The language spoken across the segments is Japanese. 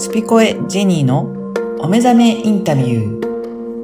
スピコエジェニーのお目覚めインタビュー。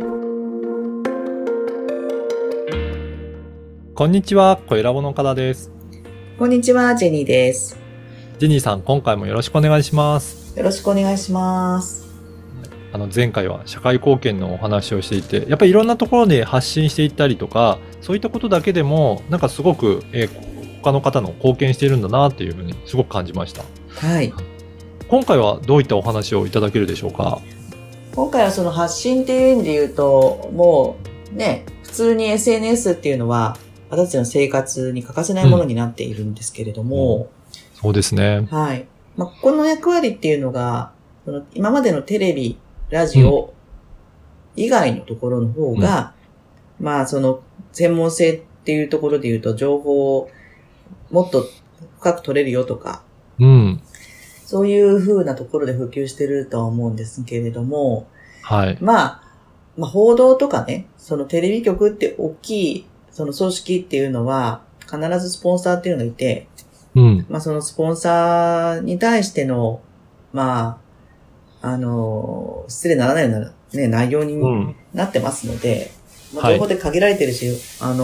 こんにちは、声ラボの岡田です。 こんにちは、ジェニーです。 ジェニーさん、今回もよろしくお願いします。 よろしくお願いします。 前回は社会貢献のお話をしていて、やっぱりいろんなところで発信していったりとか、そういったことだけでも、なんかすごく、他の方の貢献しているんだなっていうふうにすごく感じました。 はい。 今回はどういったお話をいただけるでしょうか？ 今回はその発信っていう意味で言うと、もうね、普通に SNS っていうのは、私たちの生活に欠かせないものになっているんですけれども、 そうですね。 はい。ここの役割っていうのが、その今までのテレビ、ラジオ以外のところの方が、その専門性っていうところで言うと、情報をもっと深く取れるよとか、そういう風なところで普及してるとは思うんですけれども、 はい。 報道とかね、そのテレビ局って大きい、その組織っていうのは、必ずスポンサーっていうのがいて、そのスポンサーに対しての、失礼ならないようなね、内容になってますので、情報で限られてるし、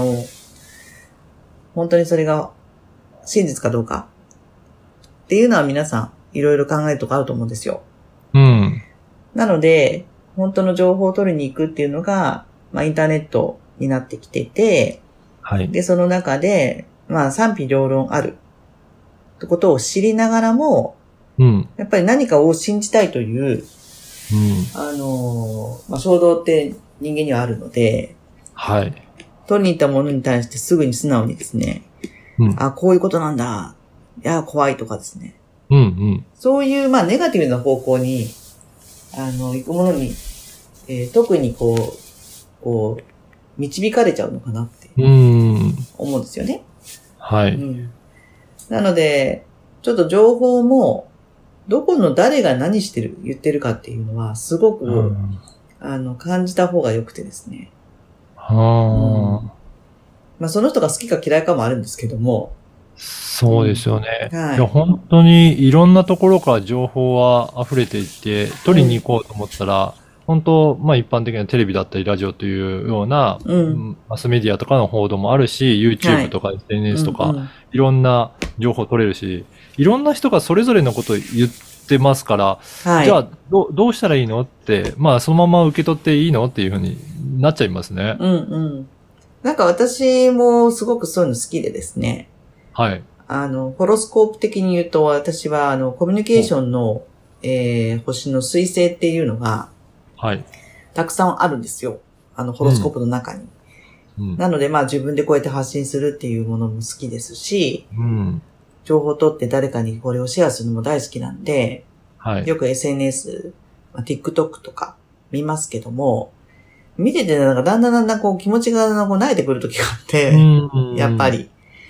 本当にそれが真実かどうかっていうのは皆さんいろいろ考えるとこあると思うんですよ。なので、本当の情報を取りに行くっていうのが、インターネットになってきてて、で、その中で、賛否両論あるってことを知りながらも、やっぱり何かを信じたいという、衝動って人間にはあるので、取りに行ったものに対してすぐに素直にですね、こういうことなんだ、いや、怖いとかですね。そういう、ネガティブな方向に、行くものに、特に導かれちゃうのかなって思うんですよね。なので、ちょっと情報も、どこの誰が何してる、言ってるかっていうのは、すごく、感じた方が良くてですね。その人が好きか嫌いかもあるんですけども。 そうですよね。いや、本当にいろんなところから情報は溢れていて、取りに行こうと思ったら、本当、一般的なテレビだったりラジオというような、マスメディアとかの報道もあるし、YouTube とか SNS とか、いろんな情報取れるし、いろんな人がそれぞれのことを言ってますから、じゃあどうしたらいいのって、そのまま受け取っていいのっていうふうになっちゃいますね。 なんか私もすごくそういうの好きでですね。ホロスコープ的に言うと、私はコミュニケーションの、星の彗星っていうのが、たくさんあるんですよ。ホロスコープの中に。なので、自分でこうやって発信するっていうものも好きですし、情報を取って誰かにこれをシェアするのも大好きなんで、よく SNS、TikTok とか見ますけども、見ててなんかだんだん気持ちが慣れてくる時があって、やっぱり。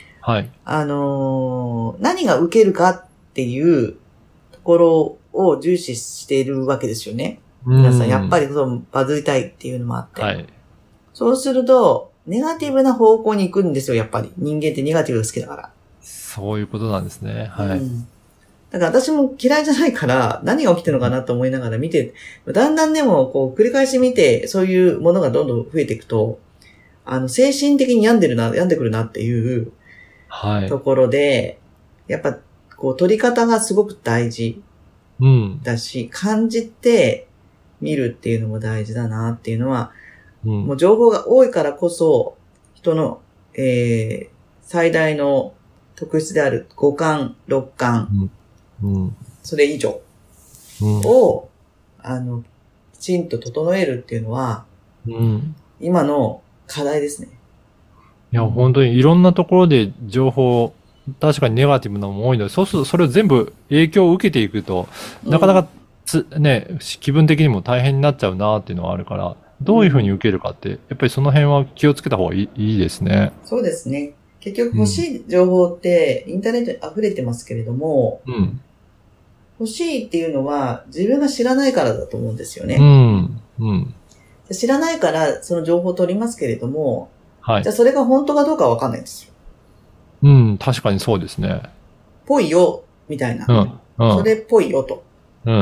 何が受けるかっていうところを重視しているわけですよね。皆さん、やっぱりバズりたいっていうのもあって。そうすると、ネガティブな方向に行くんですよ、やっぱり。人間ってネガティブが好きだから。 そういうことなんですね。 だから私も嫌いじゃないから、何が起きてるのかなと思いながら見て、だんだんでも繰り返し見て、そういうものがどんどん増えていくと、精神的に病んでくるなっていうところで、やっぱ取り方がすごく大事だし、感じて見るっていうのも大事だなっていうのは、もう情報が多いからこそ、人の、最大の特質である五感、六感、それ以上を、きちんと整えるっていうのは、今の課題ですね。 いや、本当にいろんなところで情報、確かにネガティブなのも多いので、そうするとそれを全部影響を受けていくと、なかなか気分的にも大変になっちゃうなっていうのはあるから、どういうふうに受けるかって、やっぱりその辺は気をつけた方がいいですね。 そうですね。結局欲しい情報ってインターネットに溢れてますけれども、欲しいっていうのは自分が知らないからだと思うんですよね。知らないからその情報を取りますけれども、じゃあそれが本当かどうかはわかんないんですよ。 確かにそうですね。 ぽいよ、みたいな。それっぽいよと。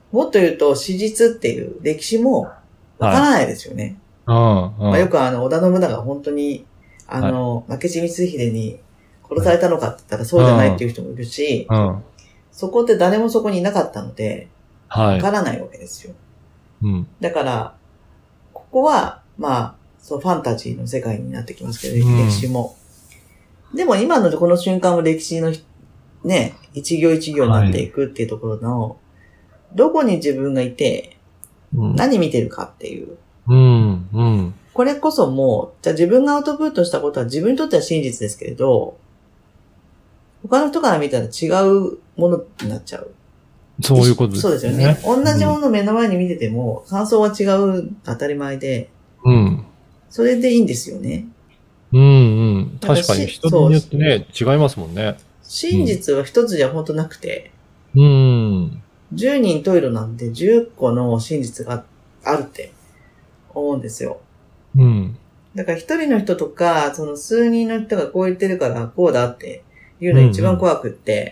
もっと言うと史実っていう歴史もわからないですよね。 まあ、よく織田信長が本当に、明智光秀に殺されたのかって言ったらそうじゃないっていう人もいるし、そこって誰もそこにいなかったので、わからないわけですよ。だから、ここは、そう、ファンタジーの世界になってきますけど、歴史も。でも今のこの瞬間も歴史のね、一行一行になっていくっていうところの、どこに自分がいて、何見てるかっていう。これこそもう、じゃあ自分がアウトプットしたことは自分にとっては真実ですけれど、他の人から見たら違うものになっちゃう。 そういうことですね。 そうですよね。同じものを目の前に見てても、感想は違う当たり前で、それでいいんですよね。 確かに人によってね、違いますもんね。 真実は一つじゃ本当なくて、10人十色なんで10個の真実があるって思うんですよ。だから一人の人とか、その数人の人がこう言ってるからこうだっていうのが一番怖くって、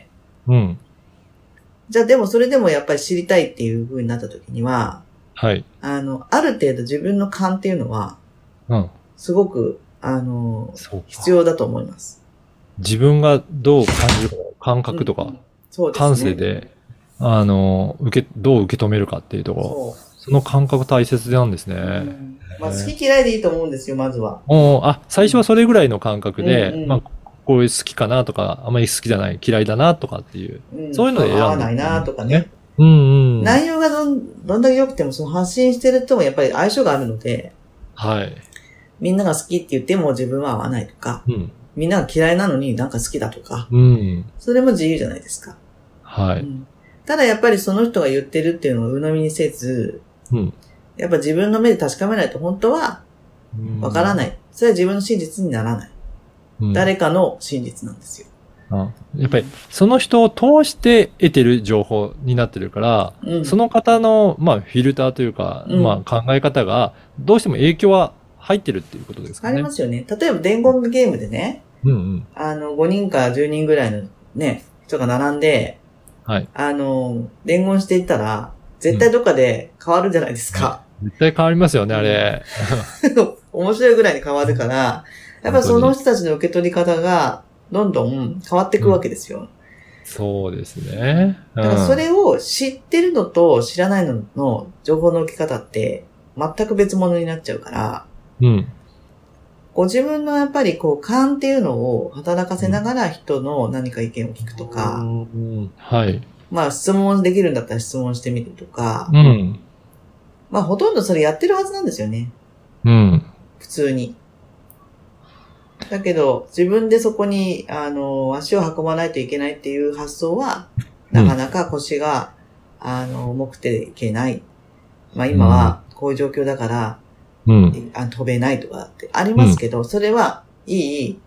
じゃあでもそれでもやっぱり知りたいっていう風になった時には、ある程度自分の勘っていうのは、すごく、必要だと思います。 自分がどう感じるか、感覚とか、感性で、どう受け止めるかっていうところ、その感覚大切なんですね。 好き嫌いでいいと思うんですよ、まずは。 最初はそれぐらいの感覚で、こういう好きかなとか、あまり好きじゃない、嫌いだなとかっていう、そういうので選んで、 合わないなとかね。内容がどんだけ良くても、その発信してるともやっぱり相性があるので、みんなが好きって言っても自分は合わないとか、みんなが嫌いなのになんか好きだとか、それも自由じゃないですか。ただやっぱりその人が言ってるっていうのを鵜呑みにせず、やっぱ自分の目で確かめないと本当はわからない。それは自分の真実にならない。誰かの真実なんですよ。 やっぱりその人を通して得てる情報になってるから、その方の、フィルターというか、考え方がどうしても影響は入ってるっていうことですかね。 ありますよね。例えば伝言ゲームでね、5人か10人ぐらいのね、人が並んで、伝言していったら、絶対どっかで変わるじゃないですか。 絶対変わりますよね、あれ。 面白いぐらいに変わるから、やっぱその人たちの受け取り方が、どんどん変わっていくわけですよ。 そうですね。 だからそれを知ってるのと知らないのの情報の受け方って、全く別物になっちゃうから、ご自分のやっぱり勘っていうのを働かせながら人の何か意見を聞くとか、質問できるんだったら質問してみるとか、ほとんどそれやってるはずなんですよね。普通に。だけど、自分でそこに、足を運ばないといけないっていう発想は、なかなか腰が、重くていけない。今は、こういう状況だから、飛べないとかってありますけど、それはいい、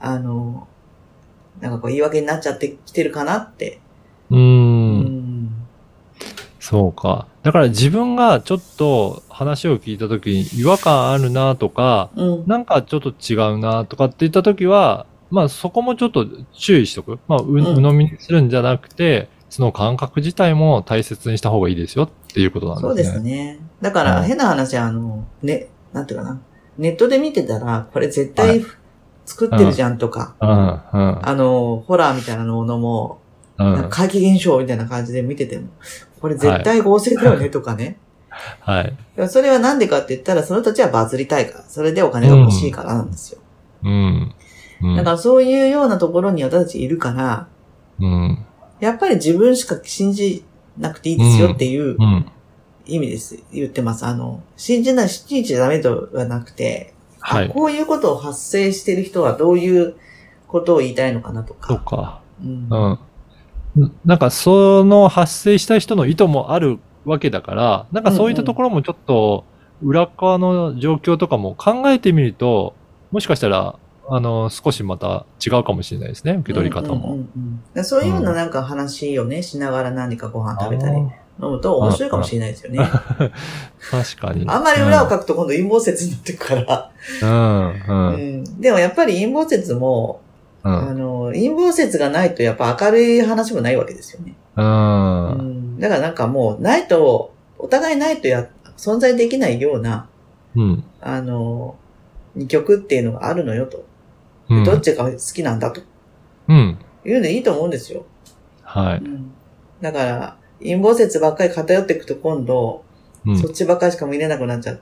言い訳になっちゃってきてるかなって。 そうか。だから自分がちょっと話を聞いたときに違和感あるなとか、なんかちょっと違うなとかって言ったときは、そこもちょっと注意しとく。鵜呑みにするんじゃなくて、その感覚自体も大切にした方がいいですよっていうことなんですね。 そうですね。だから変な話、なんていうかな。ネットで見てたら、これ絶対作ってるじゃんとか、ホラーみたいなものも、怪奇現象みたいな感じで見てても、これ絶対合成だよねとかね。それはなんでかって言ったら、その人たちはバズりたいから、それでお金が欲しいからなんですよ。だからそういうようなところに私たちいるから、やっぱり自分しか信じなくていいですよっていう意味です。言ってます。信じちゃダメとはなくて、こういうことを発生している人はどういうことを言いたいのかなとか。 そうか。なんかその発生した人の意図もあるわけだから、なんかそういったところもちょっと裏側の状況とかも考えてみると、もしかしたら、少しまた違うかもしれないですね、受け取り方も。 そういうようななんか話をね、しながら何かご飯食べたり飲むと面白いかもしれないですよね。 確かに。 あんまり裏を書くと今度陰謀説になってくから。でもやっぱり陰謀説も、陰謀説がないとやっぱ明るい話もないわけですよね。 だからなんかもう、ないと、お互いないと存在できないような、 うん。 二極っていうのがあるのよと。 うん。 どっちが好きなんだと。 うん。 いうのでいいと思うんですよ。 はい。 うん、だから、陰謀説ばっかり偏っていくと今度、 うん、 そっちばっかりしか見れなくなっちゃって、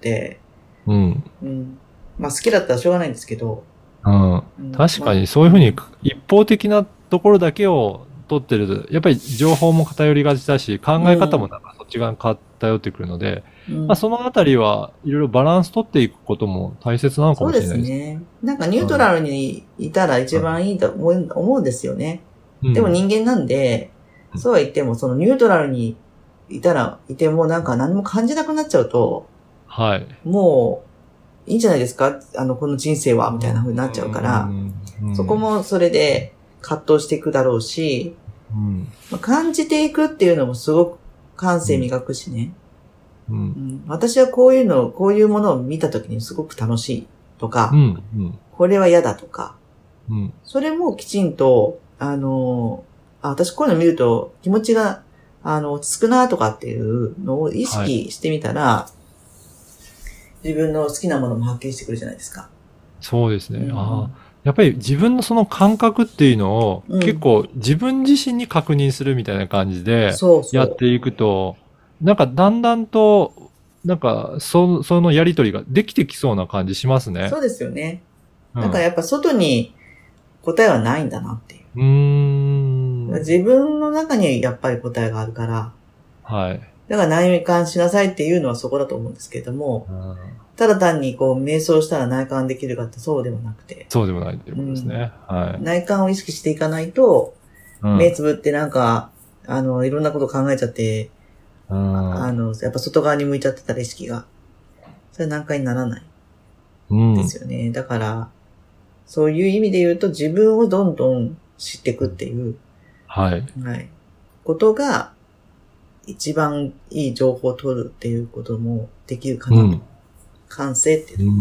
うん。 うん。まあ好きだったらしょうがないんですけど。 うん。確かにそういうふうに一方的なところだけを取ってると、やっぱり情報も偏りがちだし、考え方もなんかそっち側に偏ってくるので、まあそのあたりはいろいろバランス取っていくことも大切なのかもしれないです。 そうですね。なんかニュートラルにいたら一番いいと思うんですよね。でも人間なんで、そうは言ってもそのニュートラルにいてもなんか何も感じなくなっちゃうと、 はい。 もういいんじゃないですかこの人生はみたいな風になっちゃうから、そこもそれで葛藤していくだろうし、感じていくっていうのもすごく感性磨くしね。私はこういうものを見たときにすごく楽しいとか、これは嫌だとか、それもきちんと、私こういうの見ると気持ちが、落ち着くなとかっていうのを意識してみたら、自分の好きなものもはっきりしてくるじゃないですか。 そうですね。やっぱり自分のその感覚っていうのを、結構自分自身に確認するみたいな感じでやっていくと、なんかだんだんと、なんかそのやりとりができてきそうな感じしますね。 そうですよね。だからやっぱ外に答えはないんだなっていう。自分の中にやっぱり答えがあるから。 はい。 だから内観しなさいっていうのはそこだと思うんですけれども、ただ単に瞑想したら内観できるかってそうではなくて。 そうでもないっていうことですね。はい。 内観を意識していかないと、目つぶってなんか、いろんなこと考えちゃって、やっぱ外側に向いちゃってたら意識が、それは難解にならない。ですよね。だから、そういう意味で言うと自分をどんどん知っていくっていう。 はい。 はい。ことが、一番いい情報を取るっていうこともできるかなと。感性っていう。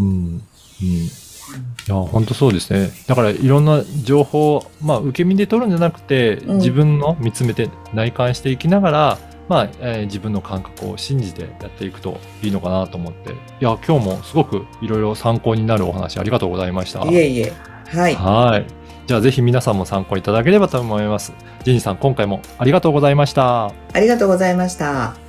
いや、本当そうですね。だからいろんな情報を、受け身で取るんじゃなくて、自分の見つめて内観していきながら、自分の感覚を信じてやっていくといいのかなと思って。いや、今日もすごくいろいろ参考になるお話ありがとうございました。 いえいえ。はい。 はい。じゃあぜひ皆さんも参考いただければと思います。ジェニーさん、今回もありがとうございました。 ありがとうございました。